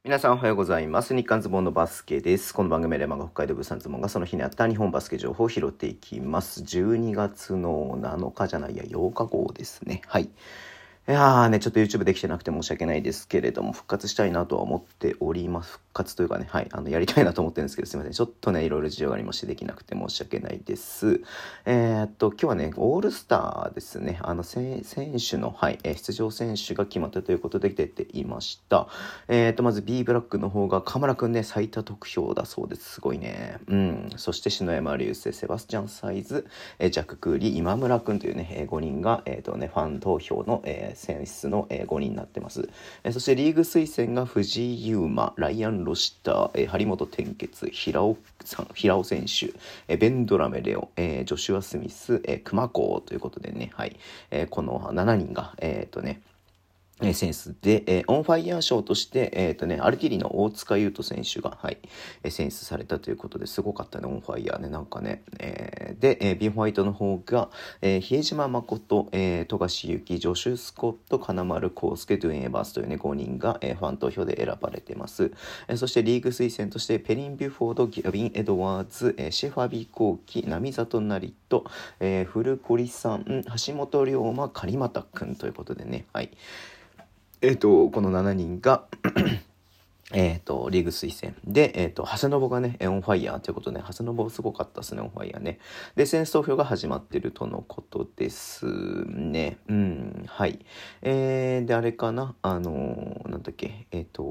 皆さんおはようございます。日刊ズボンのバスケです。この番組で北海道物産ズボンがその日にあった日本バスケ情報を拾っていきます。12月の7日じゃないや、8日号ですね。はい。いやーね、ちょっと YouTube できてなくて申し訳ないですけれども、復活したいなとは思っております。復活というかね、はい、やりたいなと思ってるんですけど、すいません。ちょっとね、いろいろ事情がありましてできなくて申し訳ないです。今日はね、オールスターですね。選手の、はい、出場選手が決まったということで出ていました。まず B ブラックの方が、河村くんね、最多得票だそうです。すごいね。そして篠山竜星、セバスチャン・サイズ、ジャック・クーリー、今村くんというね、5人が、ファン投票の、選出の、5人になってます。そしてリーグ推薦が藤井優馬、ライアン・ロシター、張本天傑、平尾選手、ベンドラメレオ、ジョシュア・スミス、熊子ということでね、はい、この7人が、選出で、オンファイヤー賞として、アルティリの大塚優斗選手が、はい、選出されたということですごかったね、オンファイヤーね、なんかね。で、ビンホワイトの方が、比江島誠、富樫勇樹、ジョシュ・スコット、金丸康介、ドゥエン・エバースというね、5人が、ファン投票で選ばれています。そしてリーグ推薦として、ペリン・ビュフォード、ギャビン・エドワーズ、シェファビー・コーキ、並里成と、古堀さん、橋本龍馬、狩俣くんということでね、はい。この7人がリーグ推薦で、長谷信がね、オンファイヤーということで、長谷信すごかったですね、オンファイヤーね。で、選手投票が始まってるとのことですね。はい。で、あれかな、なんだっけ、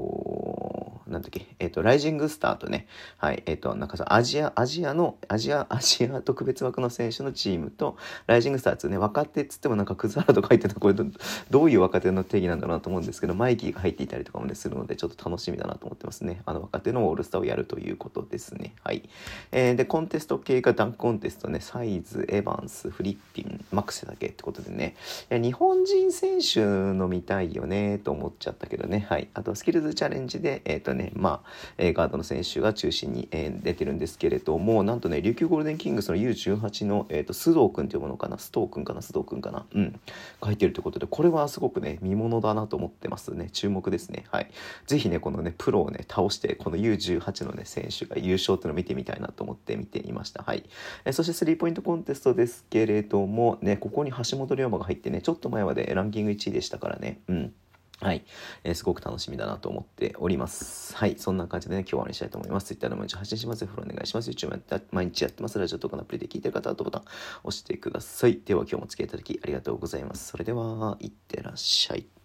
ライジングスターとね、はい、なんかさ、アジア特別枠の選手のチームと、ライジングスターってね、若手っつってもなんかクズハラと書いてた、これどういう若手の定義なんだろうなと思うんですけど、マイキーが入っていたりとかもね、するので、ちょっと楽しみだなと思ってますね。若手のオールスターをやるということですね。はい。で、コンテスト系がダンクコンテストね、サイズ、エヴァンス、フリッピン、マックスだけってことでね、いや日本人選手の見たいよね、と思っちゃったけどね。はい。あと、スキルズチャレンジで、ガードの選手が中心に、出てるんですけれども、なんとね、琉球ゴールデンキングスの U18 の、須藤くんというものかな、須藤くんかな、書いてるということで、これはすごくね、見ものだなと思ってますね。注目ですね。はい。ぜひね、このね、プロをね、倒して、この U18 のね、選手が優勝っていうのを見てみたいなと思って見ていました。はい。そしてスリーポイントコンテストですけれども、ね、ここに橋本龍馬が入ってね、ちょっと前までランキング1位でしたからね。はい、すごく楽しみだなと思っております。はい。そんな感じでね、今日は終わりにしたいと思います。Twitter でも毎日発信します。フォローお願いします。YouTube も毎日やってます。ラジオとかのアプリで聞いてる方はボタン押してください。では今日もお付き合いいただきありがとうございます。それでは、いってらっしゃい。